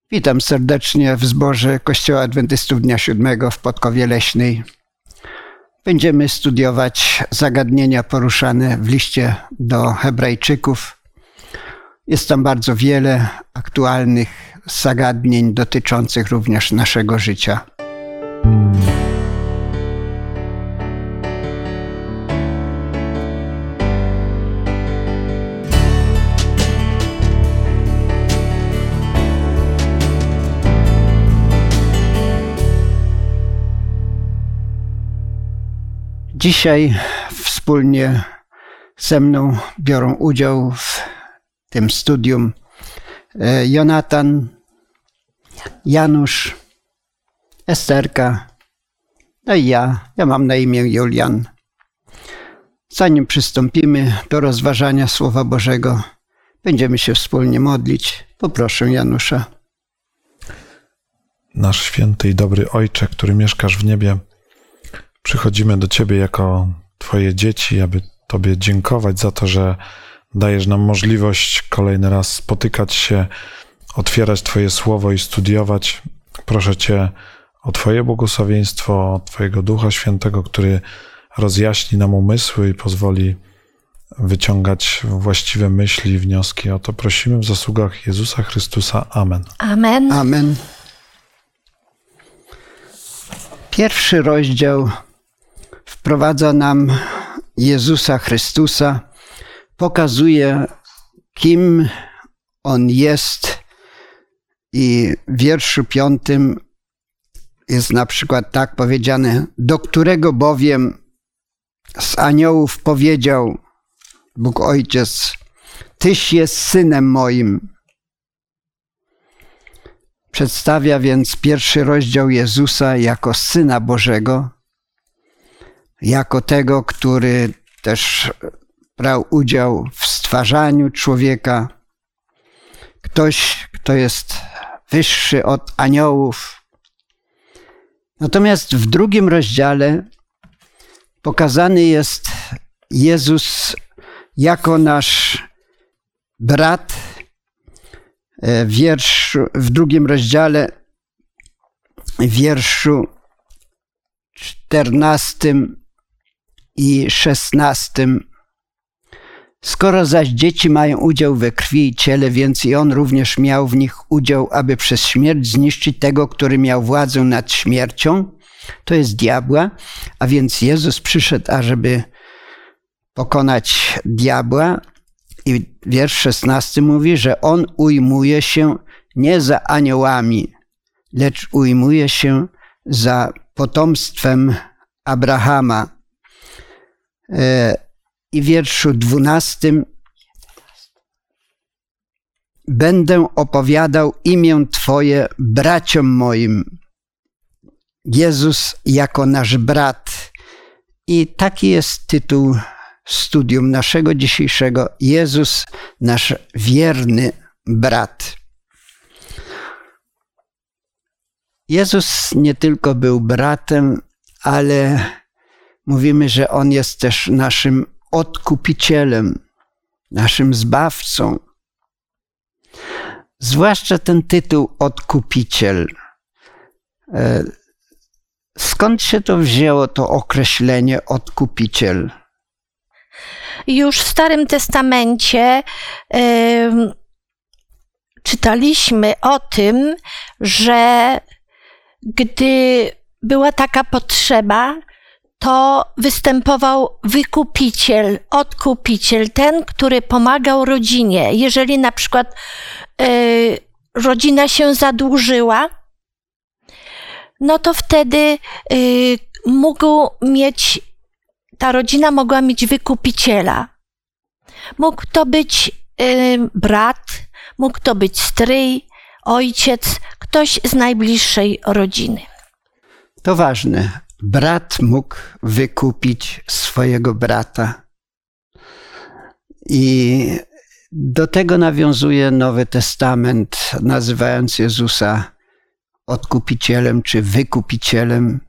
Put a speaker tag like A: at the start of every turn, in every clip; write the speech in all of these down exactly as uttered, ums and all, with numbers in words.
A: Witam serdecznie w zborze Kościoła Adwentystów Dnia Siódmego w Podkowie Leśnej. Będziemy studiować zagadnienia poruszane w liście do Hebrajczyków. Jest tam bardzo wiele aktualnych zagadnień dotyczących również naszego życia. Dzisiaj wspólnie ze mną biorą udział w tym studium Jonatan, Janusz, Esterka, no i ja. Ja mam na imię Julian. Zanim przystąpimy do rozważania Słowa Bożego, będziemy się wspólnie modlić. Poproszę Janusza.
B: Nasz święty i dobry Ojcze, który mieszkasz w niebie, przychodzimy do Ciebie jako Twoje dzieci, aby Tobie dziękować za to, że dajesz nam możliwość kolejny raz spotykać się, otwierać Twoje słowo i studiować. Proszę Cię o Twoje błogosławieństwo, o Twojego Ducha Świętego, który rozjaśni nam umysły i pozwoli wyciągać właściwe myśli i wnioski. O to prosimy w zasługach Jezusa Chrystusa. Amen.
C: Amen.
A: Amen. Pierwszy rozdział wprowadza nam Jezusa Chrystusa, pokazuje, kim On jest, i w wierszu piątym jest na przykład tak powiedziane: do którego bowiem z aniołów powiedział Bóg Ojciec: Tyś jest Synem moim. Przedstawia więc pierwszy rozdział Jezusa jako Syna Bożego, jako tego, który też brał udział w stwarzaniu człowieka. Ktoś, kto jest wyższy od aniołów. Natomiast w drugim rozdziale pokazany jest Jezus jako nasz brat. W, wierszu, w drugim rozdziale, w wierszu czternastym i szesnastym. Skoro zaś dzieci mają udział we krwi i ciele, więc i on również miał w nich udział, aby przez śmierć zniszczyć tego, który miał władzę nad śmiercią, to jest diabła. A więc Jezus przyszedł, ażeby pokonać diabła. I wiersz szesnasty mówi, że on ujmuje się nie za aniołami, lecz ujmuje się za potomstwem Abrahama. I w wierszu dwunastym: będę opowiadał imię Twoje braciom moim. Jezus jako nasz brat. I taki jest tytuł studium naszego dzisiejszego: Jezus, nasz wierny brat. Jezus nie tylko był bratem, ale mówimy, że On jest też naszym odkupicielem, naszym zbawcą. Zwłaszcza ten tytuł odkupiciel. Skąd się to wzięło, to określenie odkupiciel?
C: Już w Starym Testamencie y, czytaliśmy o tym, że gdy była taka potrzeba, to występował wykupiciel, odkupiciel, ten, który pomagał rodzinie. Jeżeli na przykład y, rodzina się zadłużyła, no to wtedy y, mógł mieć Ta rodzina mogła mieć wykupiciela. Mógł to być y, brat, mógł to być stryj, ojciec, ktoś z najbliższej rodziny.
A: To ważne. Brat mógł wykupić swojego brata. I do tego nawiązuje Nowy Testament, nazywając Jezusa odkupicielem czy wykupicielem.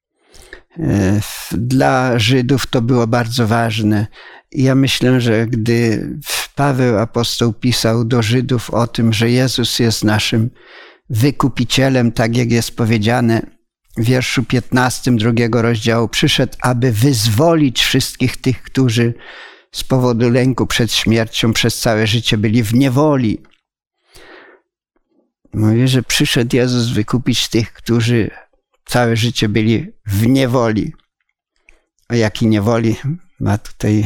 A: Dla Żydów to było bardzo ważne. I ja myślę, że gdy Paweł apostoł pisał do Żydów o tym, że Jezus jest naszym wykupicielem, tak jak jest powiedziane w wierszu piętnastym drugiego rozdziału. Przyszedł, aby wyzwolić wszystkich tych, którzy z powodu lęku przed śmiercią przez całe życie byli w niewoli. Mówię, że przyszedł Jezus wykupić tych, którzy całe życie byli w niewoli. O jakiej niewoli ma tutaj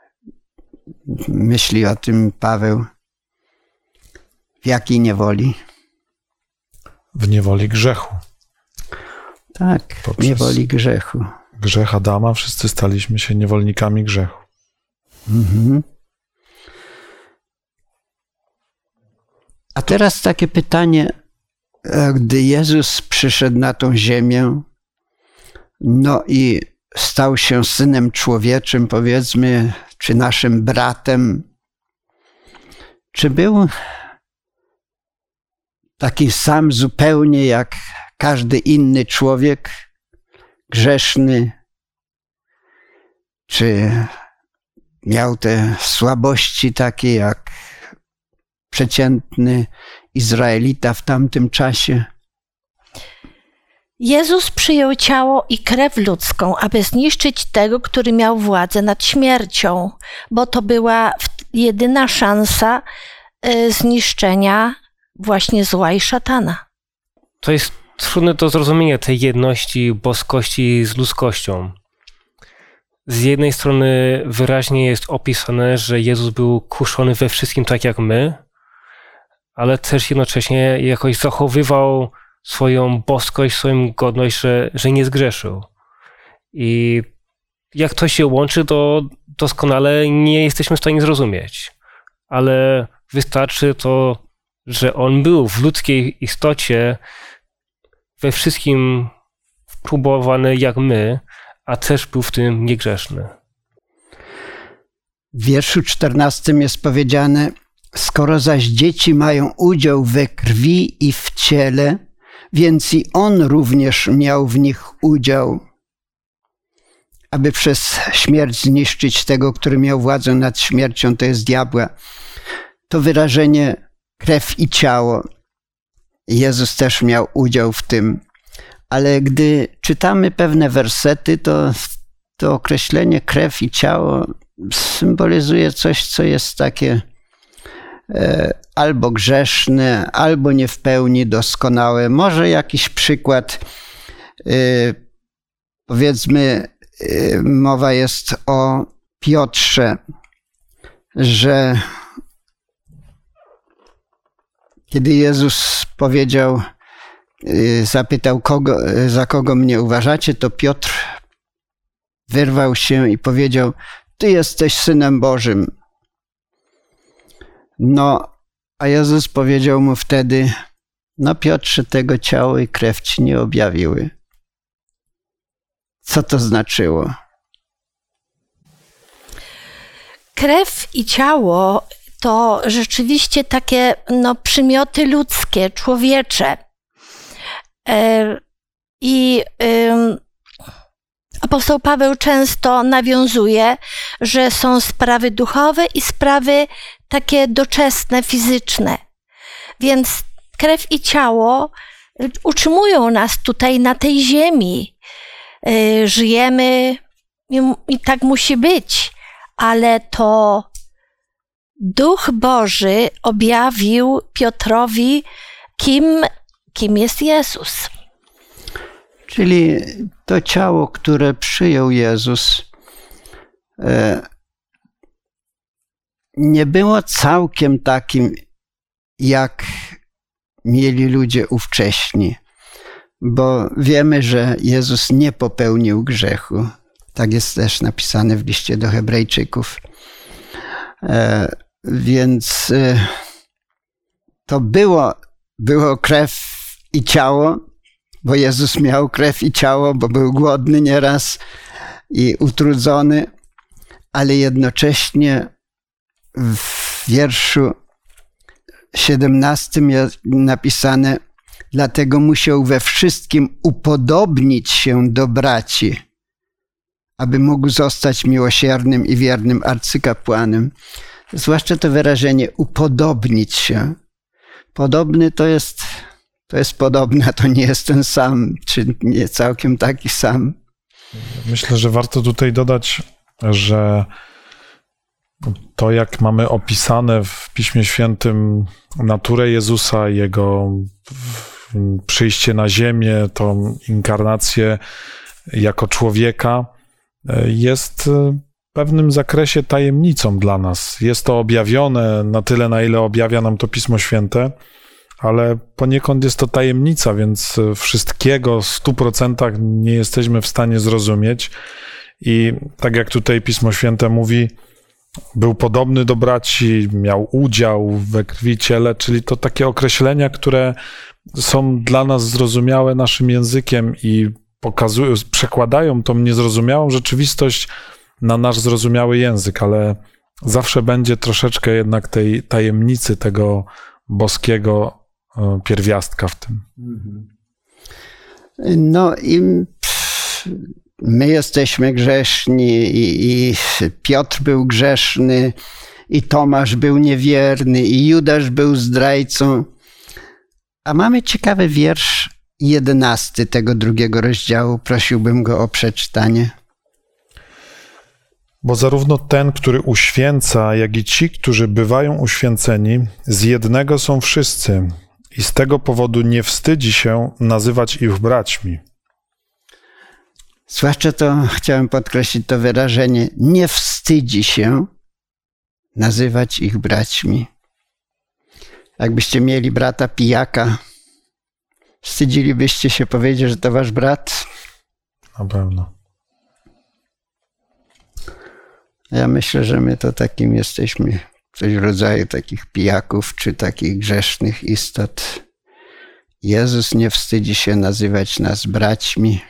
A: myśli o tym Paweł? W jakiej niewoli?
B: W niewoli grzechu.
A: Tak, w
B: Poprzez
A: niewoli grzechu.
B: Grzech Adama, wszyscy staliśmy się niewolnikami grzechu.
A: Mhm. A teraz takie pytanie, gdy Jezus przyszedł na tą ziemię, no i stał się Synem Człowieczym, powiedzmy, czy naszym bratem, czy był taki sam zupełnie jak każdy inny człowiek, grzeszny, czy miał te słabości takie jak przeciętny Izraelita w tamtym czasie?
C: Jezus przyjął ciało i krew ludzką, aby zniszczyć tego, który miał władzę nad śmiercią, bo to była jedyna szansa zniszczenia właśnie zła i szatana.
D: To jest trudne do zrozumienia, tej jedności boskości z ludzkością. Z jednej strony wyraźnie jest opisane, że Jezus był kuszony we wszystkim tak jak my, ale też jednocześnie jakoś zachowywał swoją boskość, swoją godność, że, że nie zgrzeszył. I jak to się łączy, to doskonale nie jesteśmy w stanie zrozumieć. Ale wystarczy to, że On był w ludzkiej istocie we wszystkim próbowany jak my, a też był w tym niegrzeszny.
A: W wierszu czternastym jest powiedziane: skoro zaś dzieci mają udział we krwi i w ciele, więc i On również miał w nich udział, aby przez śmierć zniszczyć tego, który miał władzę nad śmiercią, to jest diabła. To wyrażenie krew i ciało. Jezus też miał udział w tym. Ale gdy czytamy pewne wersety, to to określenie krew i ciało symbolizuje coś, co jest takie e, albo grzeszne, albo nie w pełni doskonałe. Może jakiś przykład, e, powiedzmy, e, mowa jest o Piotrze, że kiedy Jezus powiedział, zapytał, kogo, za kogo mnie uważacie, to Piotr wyrwał się i powiedział: Ty jesteś Synem Bożym. No, a Jezus powiedział mu wtedy: No Piotrze, tego ciało i krew ci nie objawiły. Co to znaczyło?
C: Krew i ciało to rzeczywiście takie no, przymioty ludzkie, człowiecze. I apostoł Paweł często nawiązuje, że są sprawy duchowe i sprawy takie doczesne, fizyczne. Więc krew i ciało utrzymują nas tutaj na tej ziemi. Żyjemy i tak musi być, ale to Duch Boży objawił Piotrowi, kim kim jest Jezus.
A: Czyli to ciało, które przyjął Jezus, nie było całkiem takim, jak mieli ludzie ówcześni, bo wiemy, że Jezus nie popełnił grzechu. Tak jest też napisane w liście do Hebrajczyków. Więc to było, było krew i ciało, bo Jezus miał krew i ciało, bo był głodny nieraz i utrudzony, ale jednocześnie w wierszu siedemnastym jest napisane: dlatego musiał we wszystkim upodobnić się do braci, aby mógł zostać miłosiernym i wiernym arcykapłanem. Zwłaszcza to wyrażenie upodobnić się. Podobny to jest to jest podobne, to nie jest ten sam, czy nie całkiem taki sam.
B: Myślę, że warto tutaj dodać, że to, jak mamy opisane w Piśmie Świętym naturę Jezusa, Jego przyjście na ziemię, tą inkarnację jako człowieka, jest w pewnym zakresie tajemnicą dla nas. Jest to objawione na tyle, na ile objawia nam to Pismo Święte, ale poniekąd jest to tajemnica, więc wszystkiego w stu procentach nie jesteśmy w stanie zrozumieć. I tak jak tutaj Pismo Święte mówi, był podobny do braci, miał udział we krwi ciele, czyli to takie określenia, które są dla nas zrozumiałe naszym językiem i pokazują, przekładają tą niezrozumiałą rzeczywistość na nasz zrozumiały język, ale zawsze będzie troszeczkę jednak tej tajemnicy, tego boskiego pierwiastka w tym.
A: No i pff, my jesteśmy grzeszni i, i Piotr był grzeszny i Tomasz był niewierny i Judasz był zdrajcą. A mamy ciekawy wiersz jedenasty tego drugiego rozdziału. Prosiłbym go o przeczytanie.
B: Bo zarówno ten, który uświęca, jak i ci, którzy bywają uświęceni, z jednego są wszyscy i z tego powodu nie wstydzi się nazywać ich braćmi.
A: Zwłaszcza to chciałem podkreślić to wyrażenie, nie wstydzi się nazywać ich braćmi. Jakbyście mieli brata pijaka, wstydzilibyście się powiedzieć, że to wasz brat?
B: Na pewno.
A: Ja myślę, że my to takim jesteśmy, coś w rodzaju takich pijaków, czy takich grzesznych istot. Jezus nie wstydzi się nazywać nas braćmi.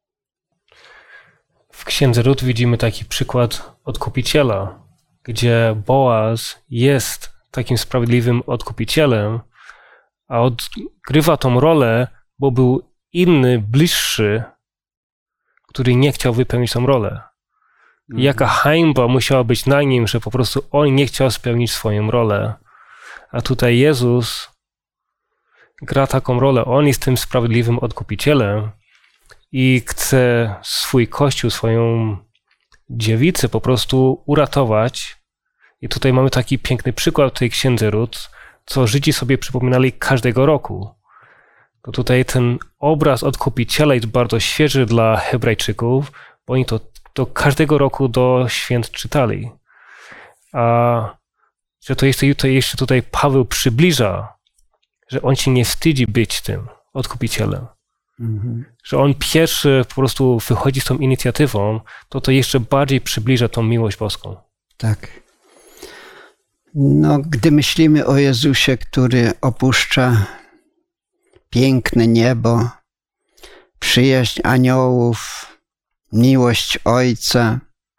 D: W Księdze Rut widzimy taki przykład odkupiciela, gdzie Boaz jest takim sprawiedliwym odkupicielem, a odgrywa tą rolę, bo był inny, bliższy, który nie chciał wypełnić tą rolę. I jaka hańba musiała być na nim, że po prostu on nie chciał spełnić swoją rolę. A tutaj Jezus gra taką rolę. On jest tym sprawiedliwym odkupicielem i chce swój Kościół, swoją dziewicę po prostu uratować. I tutaj mamy taki piękny przykład w tej Księdze Rut, co Żydzi sobie przypominali każdego roku. To tutaj ten obraz odkupiciela jest bardzo świeży dla Hebrajczyków, bo oni to, to każdego roku do święt czytali. A że to jeszcze, to jeszcze tutaj Paweł przybliża, że on się nie wstydzi być tym odkupicielem. Mhm. Że on pierwszy po prostu wychodzi z tą inicjatywą, to to jeszcze bardziej przybliża tą miłość boską.
A: Tak. No, gdy myślimy o Jezusie, który opuszcza piękne niebo, przyjaźń aniołów, miłość Ojca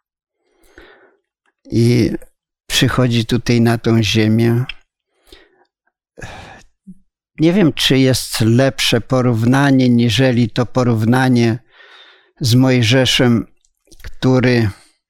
A: i przychodzi tutaj na tą ziemię, nie wiem, czy jest lepsze porównanie, niżeli to porównanie z Mojżeszem, który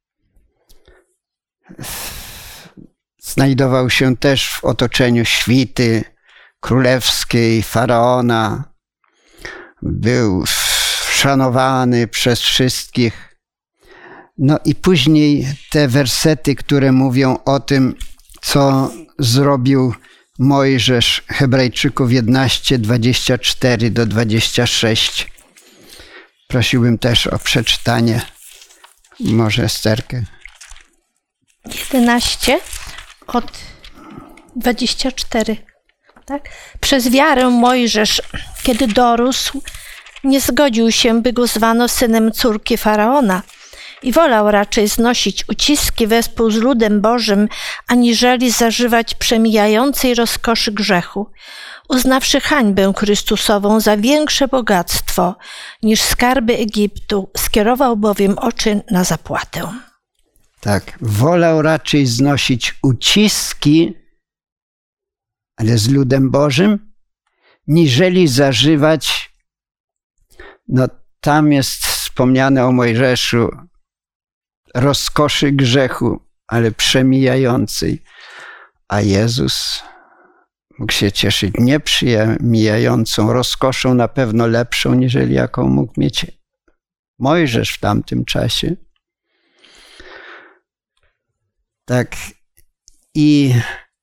A: znajdował się też w otoczeniu świty królewskiej, faraona. Był szanowany przez wszystkich. No i później te wersety, które mówią o tym, co zrobił Mojżesz, Hebrajczyków jedenaście, dwadzieścia cztery do dwudziestego szóstego. Prosiłbym też o przeczytanie. Może Esterkę.
C: jedenaście od dwudziestego czwartego. Tak? Przez wiarę Mojżesz, kiedy dorósł, nie zgodził się, by go zwano synem córki Faraona i wolał raczej znosić uciski wespół z ludem Bożym, aniżeli zażywać przemijającej rozkoszy grzechu, uznawszy hańbę Chrystusową za większe bogactwo niż skarby Egiptu, skierował bowiem oczy na zapłatę.
A: Tak, wolał raczej znosić uciski, ale z ludem Bożym, niżeli zażywać, no tam jest wspomniane o Mojżeszu, rozkoszy grzechu, ale przemijającej. A Jezus mógł się cieszyć nieprzemijającą rozkoszą, na pewno lepszą, niżeli jaką mógł mieć Mojżesz w tamtym czasie. Tak. I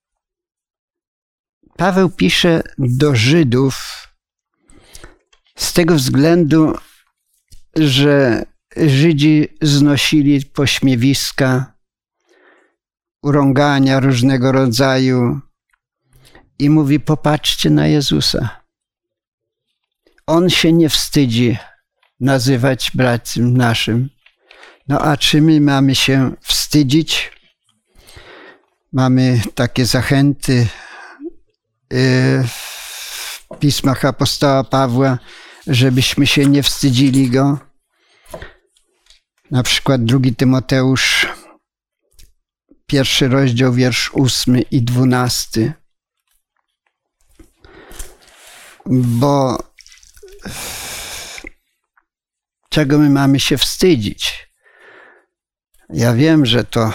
A: Paweł pisze do Żydów z tego względu, że Żydzi znosili pośmiewiska, urągania różnego rodzaju i mówi: popatrzcie na Jezusa. On się nie wstydzi nazywać bratem naszym. No a czy my mamy się wstydzić? Mamy takie zachęty w pismach apostoła Pawła, żebyśmy się nie wstydzili Go. Na przykład drugi Tymoteusz, pierwszy rozdział, wiersz ósmy i dwunasty. Bo czego my mamy się wstydzić? Ja wiem, że to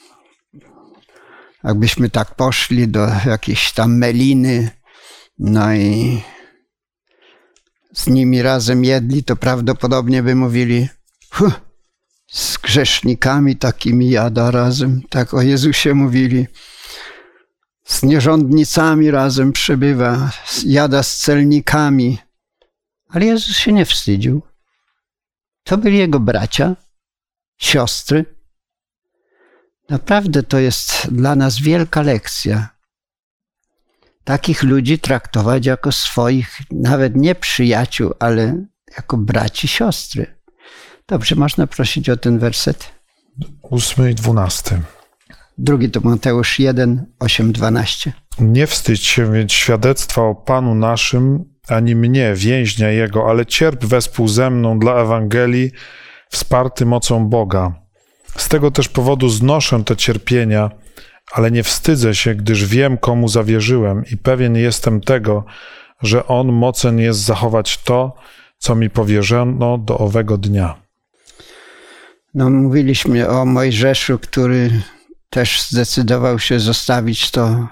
A: jakbyśmy tak poszli do jakiejś tam Meliny, no i z nimi razem jedli, to prawdopodobnie by mówili: huh, z grzesznikami takimi jada razem. Tak o Jezusie mówili. Z nierządnicami razem przebywa, jada z celnikami. Ale Jezus się nie wstydził. To byli Jego bracia, siostry. Naprawdę to jest dla nas wielka lekcja. Takich ludzi traktować jako swoich, nawet nie przyjaciół, ale jako braci, siostry. Dobrze, można prosić o ten werset?
B: Ósmy i dwunasty.
A: Drugi Tymoteusz jeden, osiem, dwanaście.
B: Nie wstydź się więc świadectwa o Panu naszym, ani mnie, więźnia Jego, ale cierp wespół ze mną dla Ewangelii, wsparty mocą Boga. Z tego też powodu znoszę te cierpienia, ale nie wstydzę się, gdyż wiem, komu zawierzyłem i pewien jestem tego, że On mocen jest zachować to, co mi powierzono do owego dnia.
A: No, mówiliśmy o Mojżeszu, który też zdecydował się zostawić to,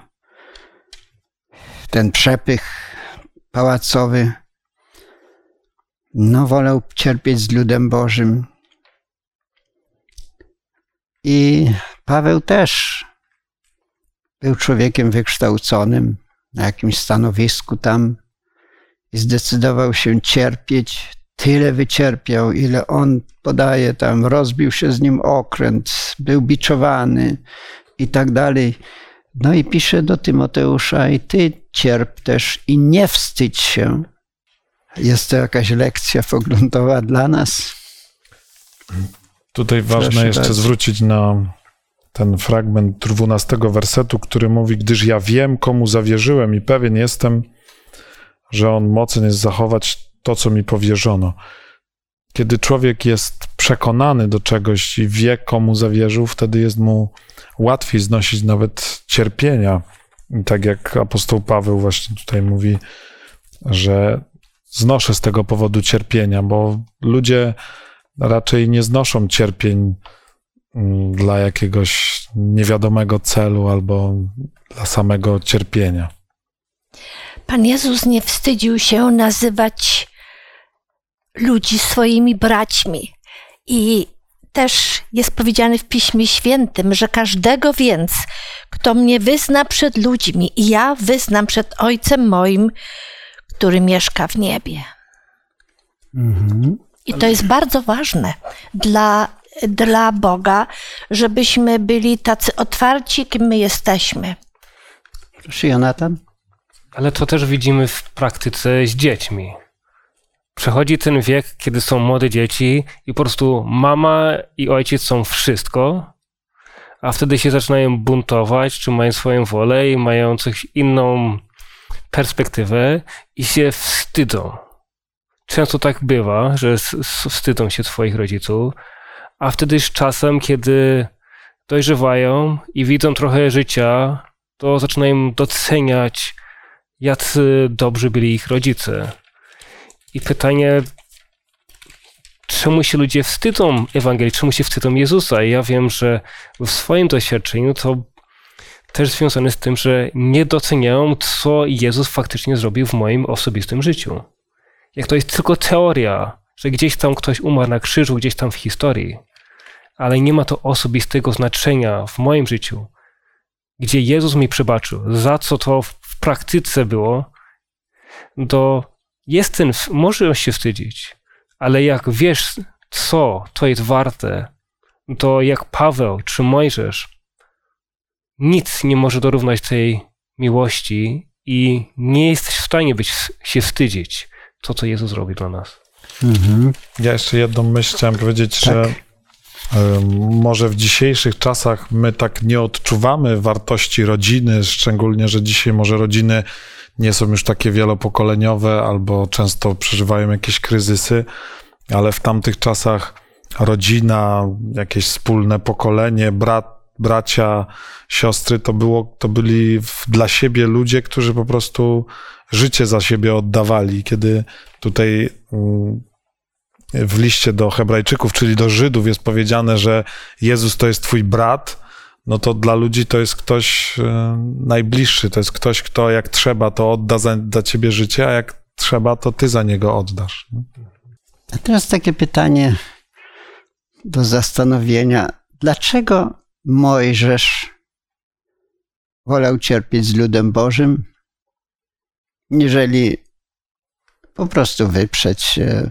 A: ten przepych pałacowy. No, wolał cierpieć z ludem Bożym. I Paweł też był człowiekiem wykształconym na jakimś stanowisku tam i zdecydował się cierpieć. Tyle wycierpiał, ile on podaje tam, rozbił się z nim okręt, był biczowany i tak dalej. No i pisze do Tymoteusza: i ty cierp też i nie wstydź się. Jest to jakaś lekcja poglądowa dla nas.
B: Tutaj ważne
A: Proszę
B: jeszcze
A: bardzo.
B: zwrócić na ten fragment dwunastego wersetu, który mówi: gdyż ja wiem, komu zawierzyłem i pewien jestem, że On mocen jest zachować to, co mi powierzono. Kiedy człowiek jest przekonany do czegoś i wie, komu zawierzył, wtedy jest mu łatwiej znosić nawet cierpienia. I tak jak apostoł Paweł właśnie tutaj mówi, że znoszę z tego powodu cierpienia, bo ludzie raczej nie znoszą cierpień dla jakiegoś niewiadomego celu albo dla samego cierpienia.
C: Pan Jezus nie wstydził się nazywać ludzi swoimi braćmi. I też jest powiedziane w Piśmie Świętym, że każdego więc, kto mnie wyzna przed ludźmi, i ja wyznam przed Ojcem moim, który mieszka w niebie.
A: Mhm.
C: I to jest bardzo ważne dla, dla Boga, żebyśmy byli tacy otwarci, kim my jesteśmy.
A: Proszę, Jonatan.
D: Ale to też widzimy w praktyce z dziećmi. Przechodzi ten wiek, kiedy są młode dzieci i po prostu mama i ojciec są wszystko, a wtedy się zaczynają buntować, czy mają swoją wolę i mają coś inną perspektywę i się wstydzą. Często tak bywa, że wstydzą się swoich rodziców, a wtedy z czasem, kiedy dojrzewają i widzą trochę życia, to zaczynają doceniać, jacy dobrzy byli ich rodzice. I pytanie, czemu się ludzie wstydzą Ewangelii, czemu się wstydzą Jezusa? I ja wiem, że w swoim doświadczeniu to też związany z tym, że nie doceniają, co Jezus faktycznie zrobił w moim osobistym życiu. Jak to jest tylko teoria, że gdzieś tam ktoś umarł na krzyżu, gdzieś tam w historii, ale nie ma to osobistego znaczenia w moim życiu, gdzie Jezus mi przebaczył, za co to w praktyce było, to jest ten, może się wstydzić, ale jak wiesz, co to jest warte, to jak Paweł czy Mojżesz, nic nie może dorównać tej miłości i nie jesteś w stanie być, się wstydzić to, co Jezus robi dla nas.
B: Mhm. Ja jeszcze jedną myśl chciałem powiedzieć, tak. że może w dzisiejszych czasach my tak nie odczuwamy wartości rodziny, szczególnie, że dzisiaj może rodziny nie są już takie wielopokoleniowe albo często przeżywają jakieś kryzysy, ale w tamtych czasach rodzina, jakieś wspólne pokolenie, brat, bracia, siostry, to było, to byli w, dla siebie ludzie, którzy po prostu życie za siebie oddawali. Kiedy tutaj w liście do Hebrajczyków, czyli do Żydów jest powiedziane, że Jezus to jest twój brat, no to dla ludzi to jest ktoś najbliższy, to jest ktoś, kto jak trzeba, to odda za, za ciebie życie, a jak trzeba, to ty za niego oddasz.
A: A teraz takie pytanie do zastanowienia. Dlaczego Mojżesz wolał cierpieć z ludem Bożym, niżeli po prostu wyprzeć się,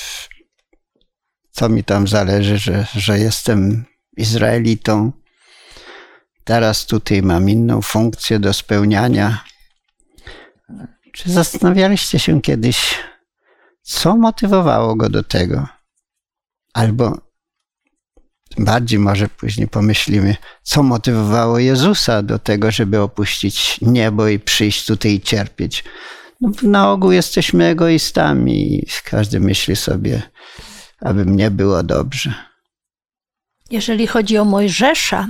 A: co mi tam zależy, że, że jestem Izraelitą. Teraz tutaj mam inną funkcję do spełniania. Czy zastanawialiście się kiedyś, co motywowało go do tego? Albo bardziej może później pomyślimy, co motywowało Jezusa do tego, żeby opuścić niebo i przyjść tutaj i cierpieć. No, na ogół jesteśmy egoistami i każdy myśli sobie, aby mnie było dobrze.
C: Jeżeli chodzi o Mojżesza,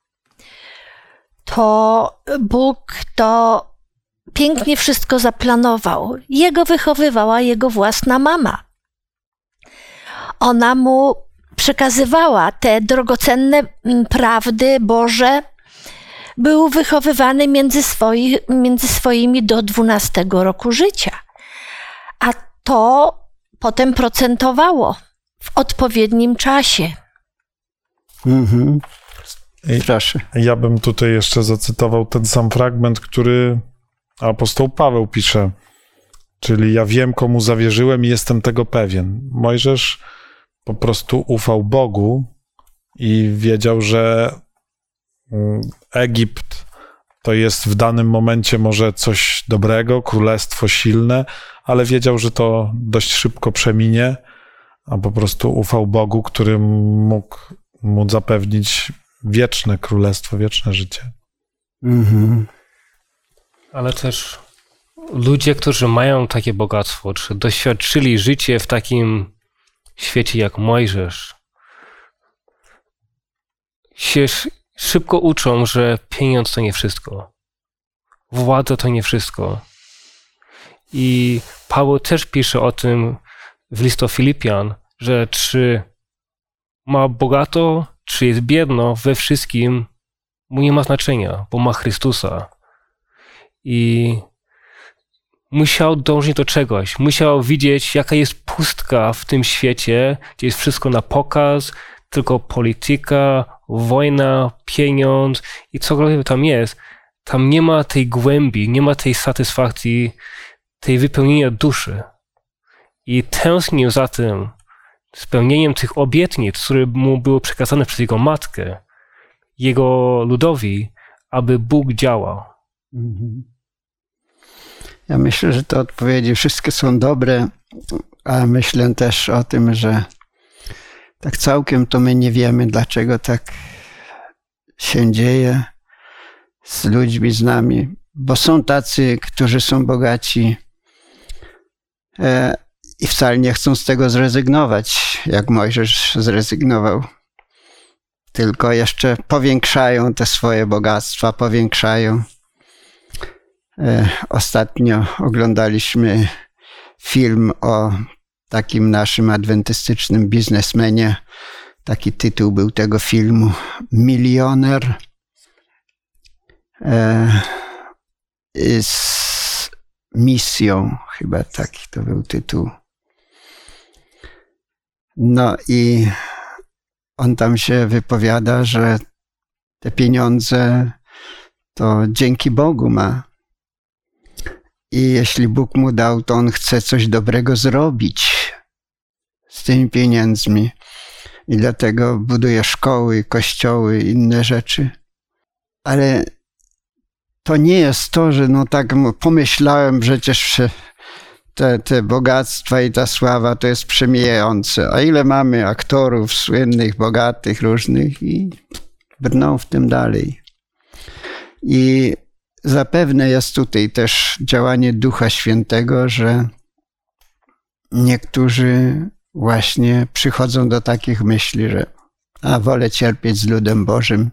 C: to Bóg to pięknie wszystko zaplanował. Jego wychowywała jego własna mama. Ona mu przekazywała te drogocenne prawdy Boże. Był wychowywany między, swoich, między swoimi do dwunastego roku życia. A to potem procentowało w odpowiednim czasie.
A: Mhm. Proszę.
B: Ja bym tutaj jeszcze zacytował ten sam fragment, który apostoł Paweł pisze, czyli ja wiem, komu zawierzyłem i jestem tego pewien. Mojżesz po prostu ufał Bogu i wiedział, że Egipt to jest w danym momencie może coś dobrego, królestwo silne, ale wiedział, że to dość szybko przeminie, a po prostu ufał Bogu, który mógł mu zapewnić wieczne królestwo, wieczne życie.
A: Mhm.
D: Ale też ludzie, którzy mają takie bogactwo, czy doświadczyli życie w takim świecie jak Mojżesz, się szybko uczą, że pieniądz to nie wszystko. Władza to nie wszystko. I Paweł też pisze o tym w liście do Filipian, że czy ma bogato, czy jest biedno, we wszystkim mu nie ma znaczenia, bo ma Chrystusa. I musiał dążyć do czegoś. Musiał widzieć, jaka jest pustka w tym świecie, gdzie jest wszystko na pokaz, tylko polityka, wojna, pieniądz i cokolwiek tam jest. Tam nie ma tej głębi, nie ma tej satysfakcji, tej wypełnienia duszy. I tęsknił za tym, spełnieniem tych obietnic, które mu były przekazane przez jego matkę, jego ludowi, aby Bóg działał.
A: Ja myślę, że te odpowiedzi wszystkie są dobre, a myślę też o tym, że tak całkiem to my nie wiemy, dlaczego tak się dzieje z ludźmi, z nami, bo są tacy, którzy są bogaci e, i wcale nie chcą z tego zrezygnować, jak Mojżesz zrezygnował. Tylko jeszcze powiększają te swoje bogactwa, powiększają. E, ostatnio oglądaliśmy film o takim naszym adwentystycznym biznesmenie. Taki tytuł był tego filmu, Milioner. e, z misją, chyba taki to był tytuł. No i on tam się wypowiada, że te pieniądze to dzięki Bogu ma. I jeśli Bóg mu dał, to on chce coś dobrego zrobić z tymi pieniędzmi. I dlatego buduje szkoły, kościoły, inne rzeczy. Ale to nie jest to, że no tak pomyślałem, przecież te, te bogactwa i ta sława to jest przemijające. A ile mamy aktorów słynnych, bogatych, różnych i brną w tym dalej. I zapewne jest tutaj też działanie Ducha Świętego, że niektórzy właśnie przychodzą do takich myśli, że a wolę cierpieć z ludem Bożym,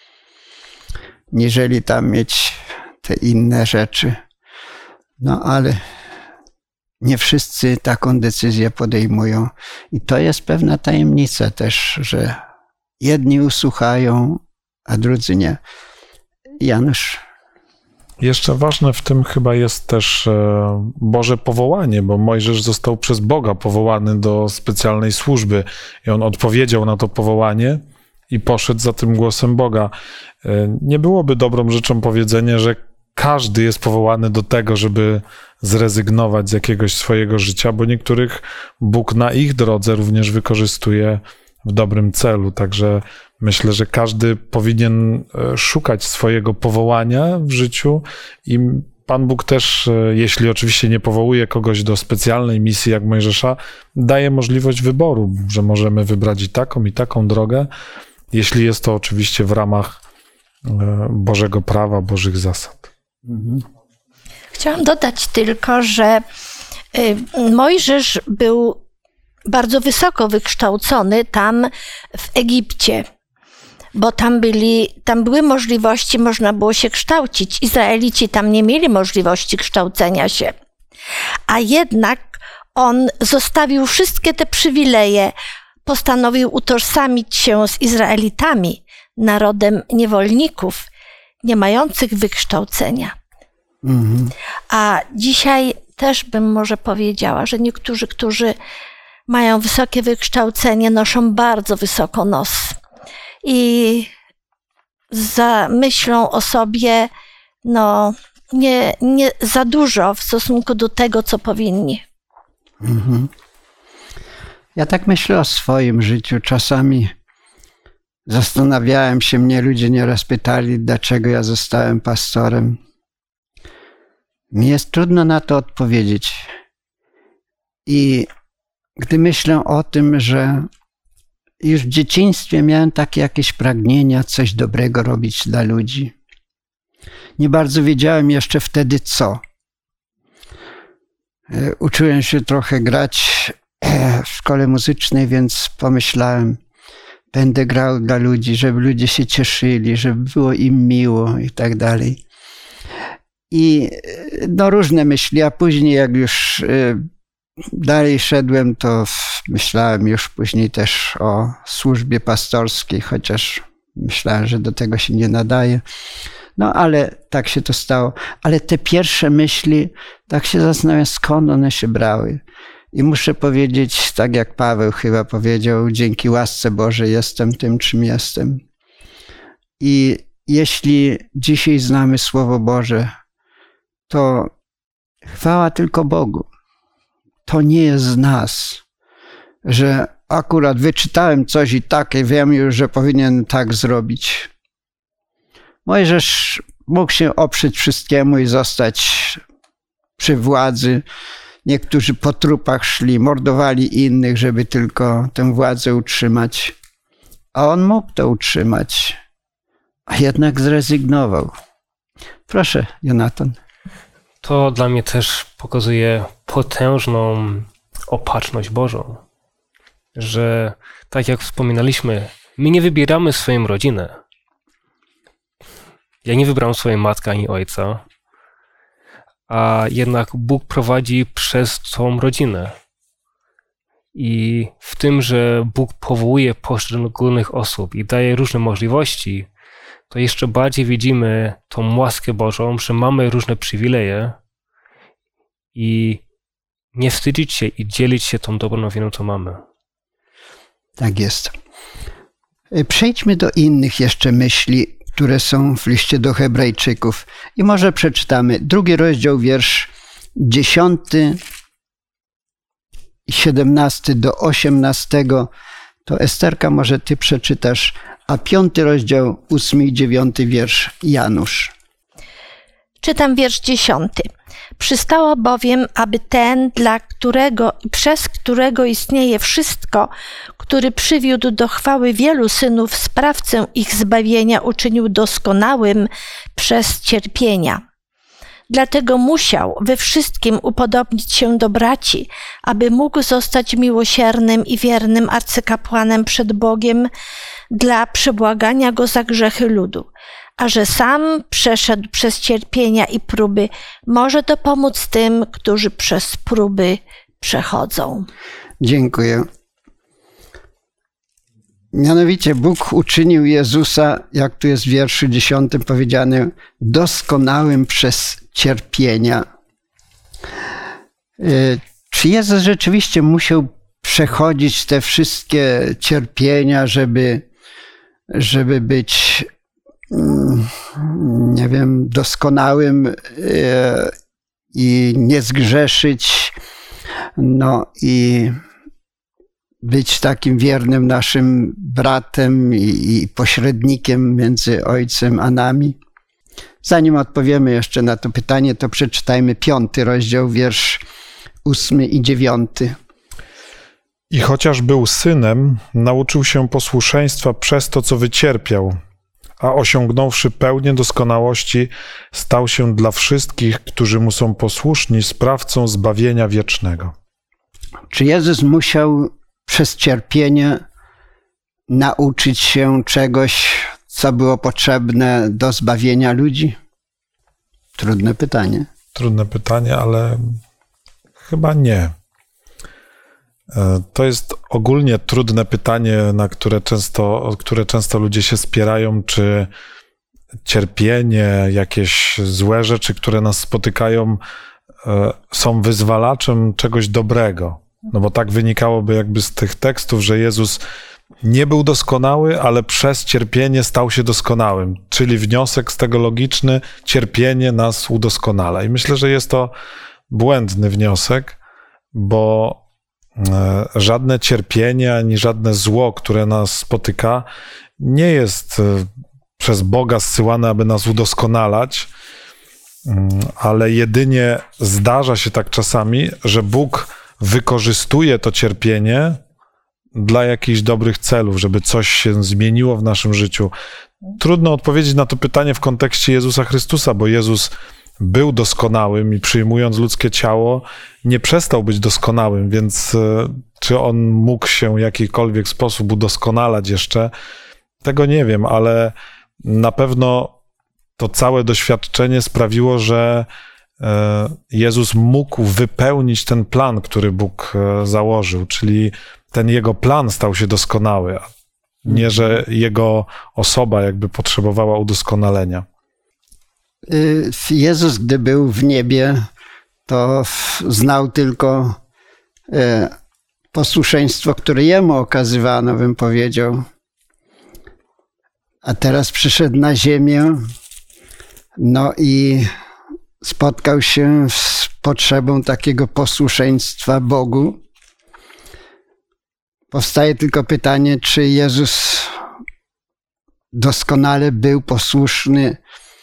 A: niżeli tam mieć te inne rzeczy. No ale nie wszyscy taką decyzję podejmują. I to jest pewna tajemnica też, że jedni usłuchają, a drudzy nie. Janusz.
B: Jeszcze ważne w tym chyba jest też Boże powołanie, bo Mojżesz został przez Boga powołany do specjalnej służby i on odpowiedział na to powołanie i poszedł za tym głosem Boga. Nie byłoby dobrą rzeczą powiedzenie, że każdy jest powołany do tego, żeby zrezygnować z jakiegoś swojego życia, bo niektórych Bóg na ich drodze również wykorzystuje w dobrym celu. Także myślę, że każdy powinien szukać swojego powołania w życiu i Pan Bóg też, jeśli oczywiście nie powołuje kogoś do specjalnej misji jak Mojżesza, daje możliwość wyboru, że możemy wybrać i taką, i taką drogę, jeśli jest to oczywiście w ramach Bożego prawa, Bożych zasad.
A: Mhm.
C: Chciałam dodać tylko, że Mojżesz był bardzo wysoko wykształcony tam w Egipcie, bo tam, byli, tam były możliwości, można było się kształcić. Izraelici tam nie mieli możliwości kształcenia się. A jednak on zostawił wszystkie te przywileje, postanowił utożsamić się z Izraelitami, narodem niewolników, nie mających wykształcenia.
A: Mhm.
C: A dzisiaj też bym może powiedziała, że niektórzy, którzy mają wysokie wykształcenie, noszą bardzo wysoko nos i za myślą o sobie no, nie, nie za dużo w stosunku do tego, co powinni.
A: Mhm. Ja tak myślę o swoim życiu. Czasami zastanawiałem się, mnie ludzie nieraz pytali, dlaczego ja zostałem pastorem. Mi jest trudno na to odpowiedzieć. I gdy myślę o tym, że już w dzieciństwie miałem takie jakieś pragnienia, coś dobrego robić dla ludzi. Nie bardzo wiedziałem jeszcze wtedy co. Uczyłem się trochę grać w szkole muzycznej, więc pomyślałem, będę grał dla ludzi, żeby ludzie się cieszyli, żeby było im miło i tak dalej. I no różne myśli, a później jak już dalej szedłem, to myślałem już później też o służbie pastorskiej, chociaż myślałem, że do tego się nie nadaje. No ale tak się to stało. Ale te pierwsze myśli, tak się zastanawiam, skąd one się brały. I muszę powiedzieć, tak jak Paweł chyba powiedział, dzięki łasce Bożej jestem tym, czym jestem. I jeśli dzisiaj znamy Słowo Boże, to chwała tylko Bogu. To nie jest z nas, że akurat wyczytałem coś i tak i wiem już, że powinien tak zrobić. Mojżesz mógł się oprzeć wszystkiemu i zostać przy władzy. Niektórzy po trupach szli, mordowali innych, żeby tylko tę władzę utrzymać. A on mógł to utrzymać, a jednak zrezygnował. Proszę, Jonatan.
D: To dla mnie też pokazuje potężną opatrzność Bożą, że tak jak wspominaliśmy, my nie wybieramy swoją rodzinę. Ja nie wybrałem swojej matki ani ojca, a jednak Bóg prowadzi przez całą rodzinę. I w tym, że Bóg powołuje poszczególnych osób i daje różne możliwości, to jeszcze bardziej widzimy tą łaskę Bożą, że mamy różne przywileje i nie wstydzić się i dzielić się tą dobrą nowiną, co mamy.
A: Tak jest. Przejdźmy do innych jeszcze myśli, które są w liście do Hebrajczyków. I może przeczytamy drugi rozdział, wiersz dziesiąty, siedemnasty do osiemnastego. To Esterka, może ty przeczytasz, a piąty rozdział, ósmy i dziewiąty wiersz Janusz.
C: Czytam wiersz dziesiąty. Przystało bowiem, aby ten, dla którego i przez którego istnieje wszystko, który przywiódł do chwały wielu synów, sprawcę ich zbawienia uczynił doskonałym przez cierpienia. Dlatego musiał we wszystkim upodobnić się do braci, aby mógł zostać miłosiernym i wiernym arcykapłanem przed Bogiem dla przebłagania go za grzechy ludu. A że sam przeszedł przez cierpienia i próby, może dopomóc tym, którzy przez próby przechodzą.
A: Dziękuję. Mianowicie Bóg uczynił Jezusa, jak tu jest w wierszu dziesiątym powiedziane, doskonałym przez cierpienia. Czy Jezus rzeczywiście musiał przechodzić te wszystkie cierpienia, żeby, żeby być, nie wiem, doskonałym i nie zgrzeszyć, no i być takim wiernym naszym bratem i, i pośrednikiem między Ojcem a nami? Zanim odpowiemy jeszcze na to pytanie, to przeczytajmy piąty rozdział, wiersz ósmy i dziewiąty.
B: I chociaż był synem, nauczył się posłuszeństwa przez to, co wycierpiał, a osiągnąwszy pełnię doskonałości, stał się dla wszystkich, którzy mu są posłuszni, sprawcą zbawienia wiecznego.
A: Czy Jezus musiał przez cierpienie nauczyć się czegoś, co było potrzebne do zbawienia ludzi? Trudne pytanie.
B: Trudne pytanie, ale chyba nie. To jest ogólnie trudne pytanie, na które często, które często ludzie się spierają, czy cierpienie, jakieś złe rzeczy, które nas spotykają, są wyzwalaczem czegoś dobrego. No bo tak wynikałoby jakby z tych tekstów, że Jezus nie był doskonały, ale przez cierpienie stał się doskonałym. Czyli wniosek z tego logiczny, cierpienie nas udoskonala. I myślę, że jest to błędny wniosek, bo żadne cierpienie ani żadne zło, które nas spotyka, nie jest przez Boga zsyłane, aby nas udoskonalać, ale jedynie zdarza się tak czasami, że Bóg wykorzystuje to cierpienie dla jakichś dobrych celów, żeby coś się zmieniło w naszym życiu. Trudno odpowiedzieć na to pytanie w kontekście Jezusa Chrystusa, bo Jezus był doskonałym i przyjmując ludzkie ciało, nie przestał być doskonałym, więc czy on mógł się w jakikolwiek sposób udoskonalać jeszcze, tego nie wiem, ale na pewno to całe doświadczenie sprawiło, że Jezus mógł wypełnić ten plan, który Bóg założył, czyli ten jego plan stał się doskonały, a nie, że jego osoba jakby potrzebowała udoskonalenia.
A: Jezus, gdy był w niebie, to znał tylko posłuszeństwo, które jemu okazywano, bym powiedział. A teraz przyszedł na ziemię, no i spotkał się z potrzebą takiego posłuszeństwa Bogu. Powstaje tylko pytanie, czy Jezus doskonale był posłuszny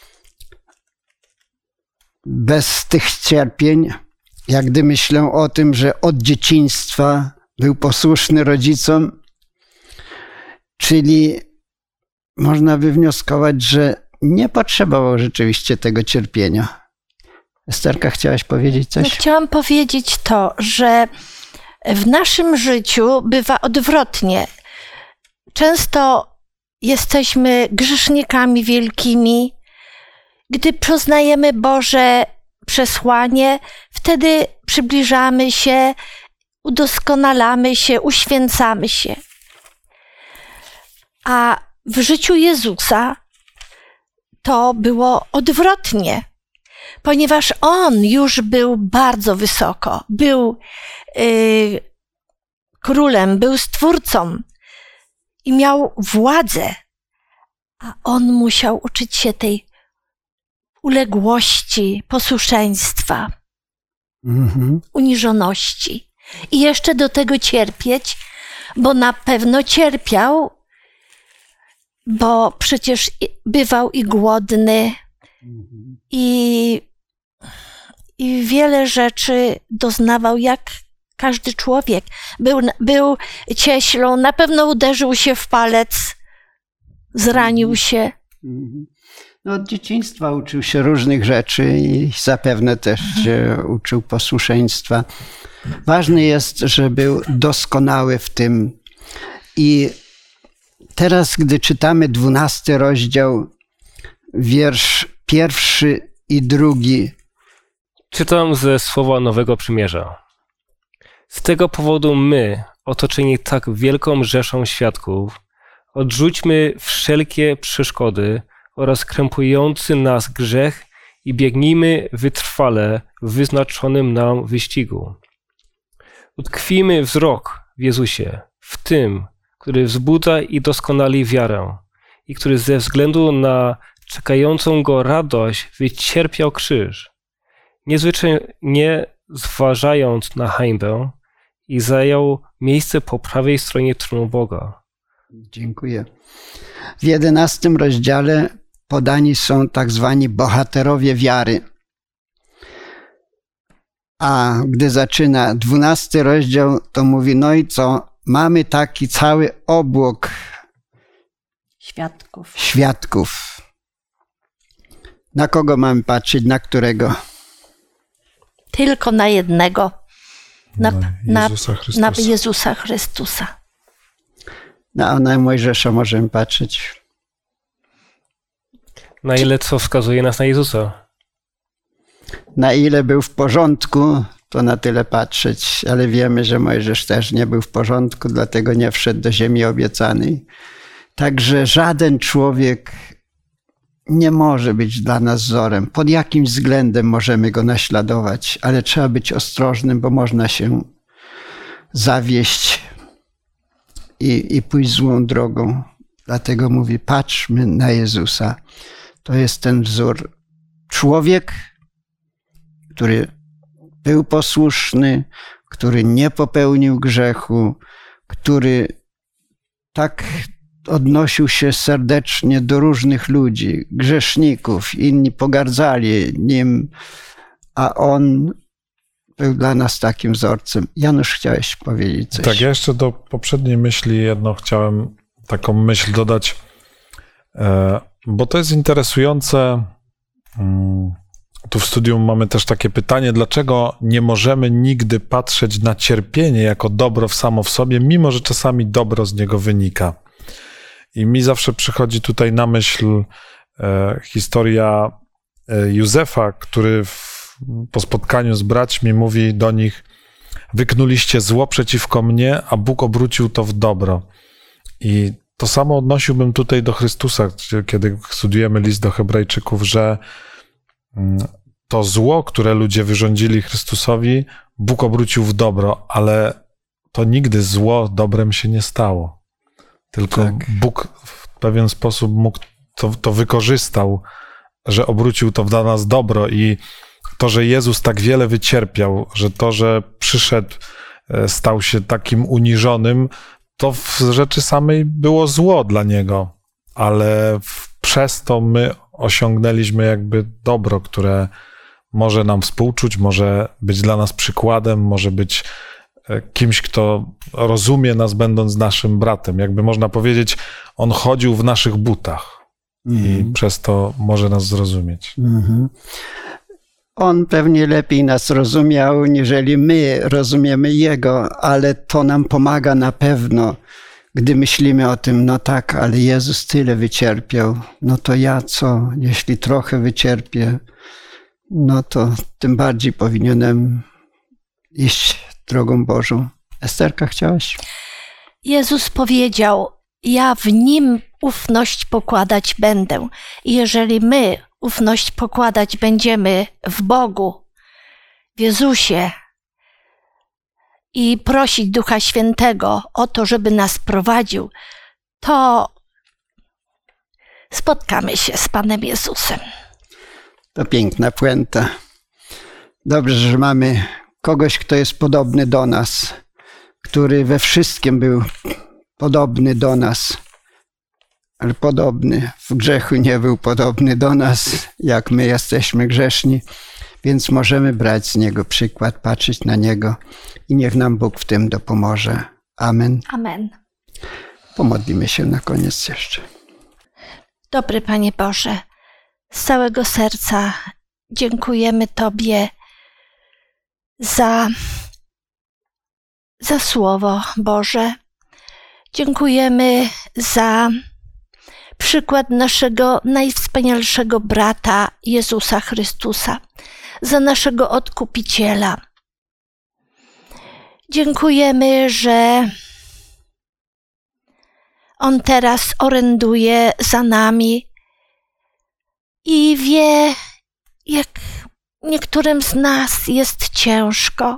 A: bez tych cierpień, jak gdy myślę o tym, że od dzieciństwa był posłuszny rodzicom, czyli można by wnioskować, że nie potrzebował rzeczywiście tego cierpienia. Esterka, chciałaś powiedzieć coś?
C: No, chciałam powiedzieć to, że w naszym życiu bywa odwrotnie. Często jesteśmy grzesznikami wielkimi. Gdy poznajemy Boże przesłanie, wtedy przybliżamy się, udoskonalamy się, uświęcamy się. A w życiu Jezusa to było odwrotnie, ponieważ on już był bardzo wysoko, był yy, królem, był stwórcą i miał władzę, a on musiał uczyć się tej uległości, posłuszeństwa,
A: Mhm.
C: uniżoności i jeszcze do tego cierpieć, bo na pewno cierpiał, bo przecież i- bywał i głodny, i, i wiele rzeczy doznawał jak każdy człowiek. Był, był cieślą, na pewno uderzył się w palec, zranił się.
A: Mhm. No, od dzieciństwa uczył się różnych rzeczy i zapewne też się uczył posłuszeństwa. Ważne jest, że był doskonały w tym. I teraz, gdy czytamy dwunasty rozdział, wiersz pierwszy i drugi.
D: Czytam ze słowa Nowego Przymierza. Z tego powodu my, otoczeni tak wielką rzeszą świadków, odrzućmy wszelkie przeszkody oraz krępujący nas grzech i biegnijmy wytrwale w wyznaczonym nam wyścigu. Utkwijmy wzrok w Jezusie, w tym, który wzbudza i doskonali wiarę i który ze względu na czekającą go radość wycierpiał krzyż, niezwyczajnie zważając na hańbę i zajął miejsce po prawej stronie tronu Boga.
A: Dziękuję. W jedenastym rozdziale podani są tak zwani bohaterowie wiary. A gdy zaczyna dwunasty rozdział, to mówi, no i co? Mamy taki cały obłok
C: Świadków.
A: świadków. Na kogo mamy patrzeć? Na którego?
C: Tylko na jednego, na,
B: Na
C: na,
B: Jezusa Chrystusa.
C: na Jezusa Chrystusa.
A: No, a na Mojżesza możemy patrzeć.
D: Na ile co wskazuje nas na Jezusa?
A: Na ile był w porządku, to na tyle patrzeć, ale wiemy, że Mojżesz też nie był w porządku, dlatego nie wszedł do ziemi obiecanej. Także żaden człowiek nie może być dla nas wzorem. Pod jakimś względem możemy go naśladować, ale trzeba być ostrożnym, bo można się zawieść i, i pójść złą drogą. Dlatego mówi, patrzmy na Jezusa. To jest ten wzór. Człowiek, który był posłuszny, który nie popełnił grzechu, który tak odnosił się serdecznie do różnych ludzi, grzeszników, inni pogardzali nim, a on był dla nas takim wzorcem. Janusz, chciałeś powiedzieć coś?
B: Tak, ja jeszcze do poprzedniej myśli jedno chciałem taką myśl dodać, bo to jest interesujące. Tu w studium mamy też takie pytanie, dlaczego nie możemy nigdy patrzeć na cierpienie jako dobro w samo w sobie, mimo że czasami dobro z niego wynika. I mi zawsze przychodzi tutaj na myśl e, historia e, Józefa, który w, po spotkaniu z braćmi mówi do nich: wyknuliście zło przeciwko mnie, a Bóg obrócił to w dobro. I to samo odnosiłbym tutaj do Chrystusa, kiedy studiujemy list do Hebrajczyków, że to zło, które ludzie wyrządzili Chrystusowi, Bóg obrócił w dobro, ale to nigdy zło dobrem się nie stało. Tylko tak. Bóg w pewien sposób mógł to, to wykorzystał, że obrócił to dla nas dobro i to, że Jezus tak wiele wycierpiał, że to, że przyszedł, stał się takim uniżonym, to w rzeczy samej było zło dla Niego, ale przez to my osiągnęliśmy jakby dobro, które może nam współczuć, może być dla nas przykładem, może być kimś, kto rozumie nas, będąc naszym bratem. Jakby można powiedzieć, on chodził w naszych butach mm. i przez to może nas zrozumieć.
A: Mm-hmm. On pewnie lepiej nas rozumiał, niżeli my rozumiemy Jego, ale to nam pomaga na pewno, gdy myślimy o tym, no tak, ale Jezus tyle wycierpiał, no to ja co, jeśli trochę wycierpię, no to tym bardziej powinienem iść drogą Bożą. Esterka, chciałaś?
C: Jezus powiedział, ja w Nim ufność pokładać będę. I jeżeli my ufność pokładać będziemy w Bogu, w Jezusie i prosić Ducha Świętego o to, żeby nas prowadził, to spotkamy się z Panem Jezusem.
A: To piękna puenta. Dobrze, że mamy kogoś, kto jest podobny do nas, który we wszystkim był podobny do nas, ale podobny w grzechu nie był podobny do nas, jak my jesteśmy grzeszni, więc możemy brać z Niego przykład, patrzeć na Niego i niech nam Bóg w tym dopomoże. Amen.
C: Amen.
A: Pomodlimy się na koniec jeszcze.
C: Dobry Panie Boże, z całego serca dziękujemy Tobie za, za Słowo Boże. Dziękujemy za przykład naszego najwspanialszego brata Jezusa Chrystusa, za naszego Odkupiciela. Dziękujemy, że On teraz oręduje za nami i wie, jak niektórym z nas jest ciężko.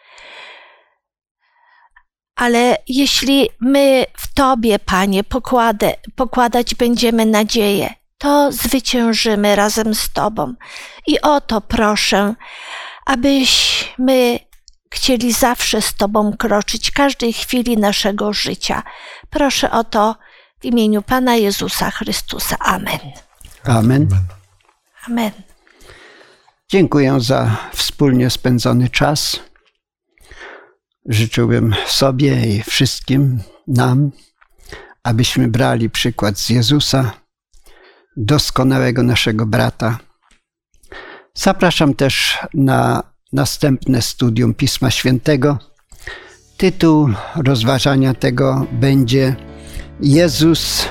C: Ale jeśli my w Tobie, Panie, pokładę, pokładać będziemy nadzieję, to zwyciężymy razem z Tobą. I o to proszę, abyśmy chcieli zawsze z Tobą kroczyć, każdej chwili naszego życia. Proszę o to w imieniu Pana Jezusa Chrystusa. Amen.
A: Amen.
C: Amen.
A: Dziękuję za wspólnie spędzony czas. Życzyłbym sobie i wszystkim nam, abyśmy brali przykład z Jezusa, doskonałego naszego brata. Zapraszam też na następne studium Pisma Świętego. Tytuł rozważania tego będzie Jezus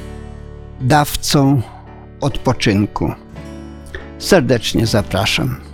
A: dawcą odpoczynku. Serdecznie zapraszam.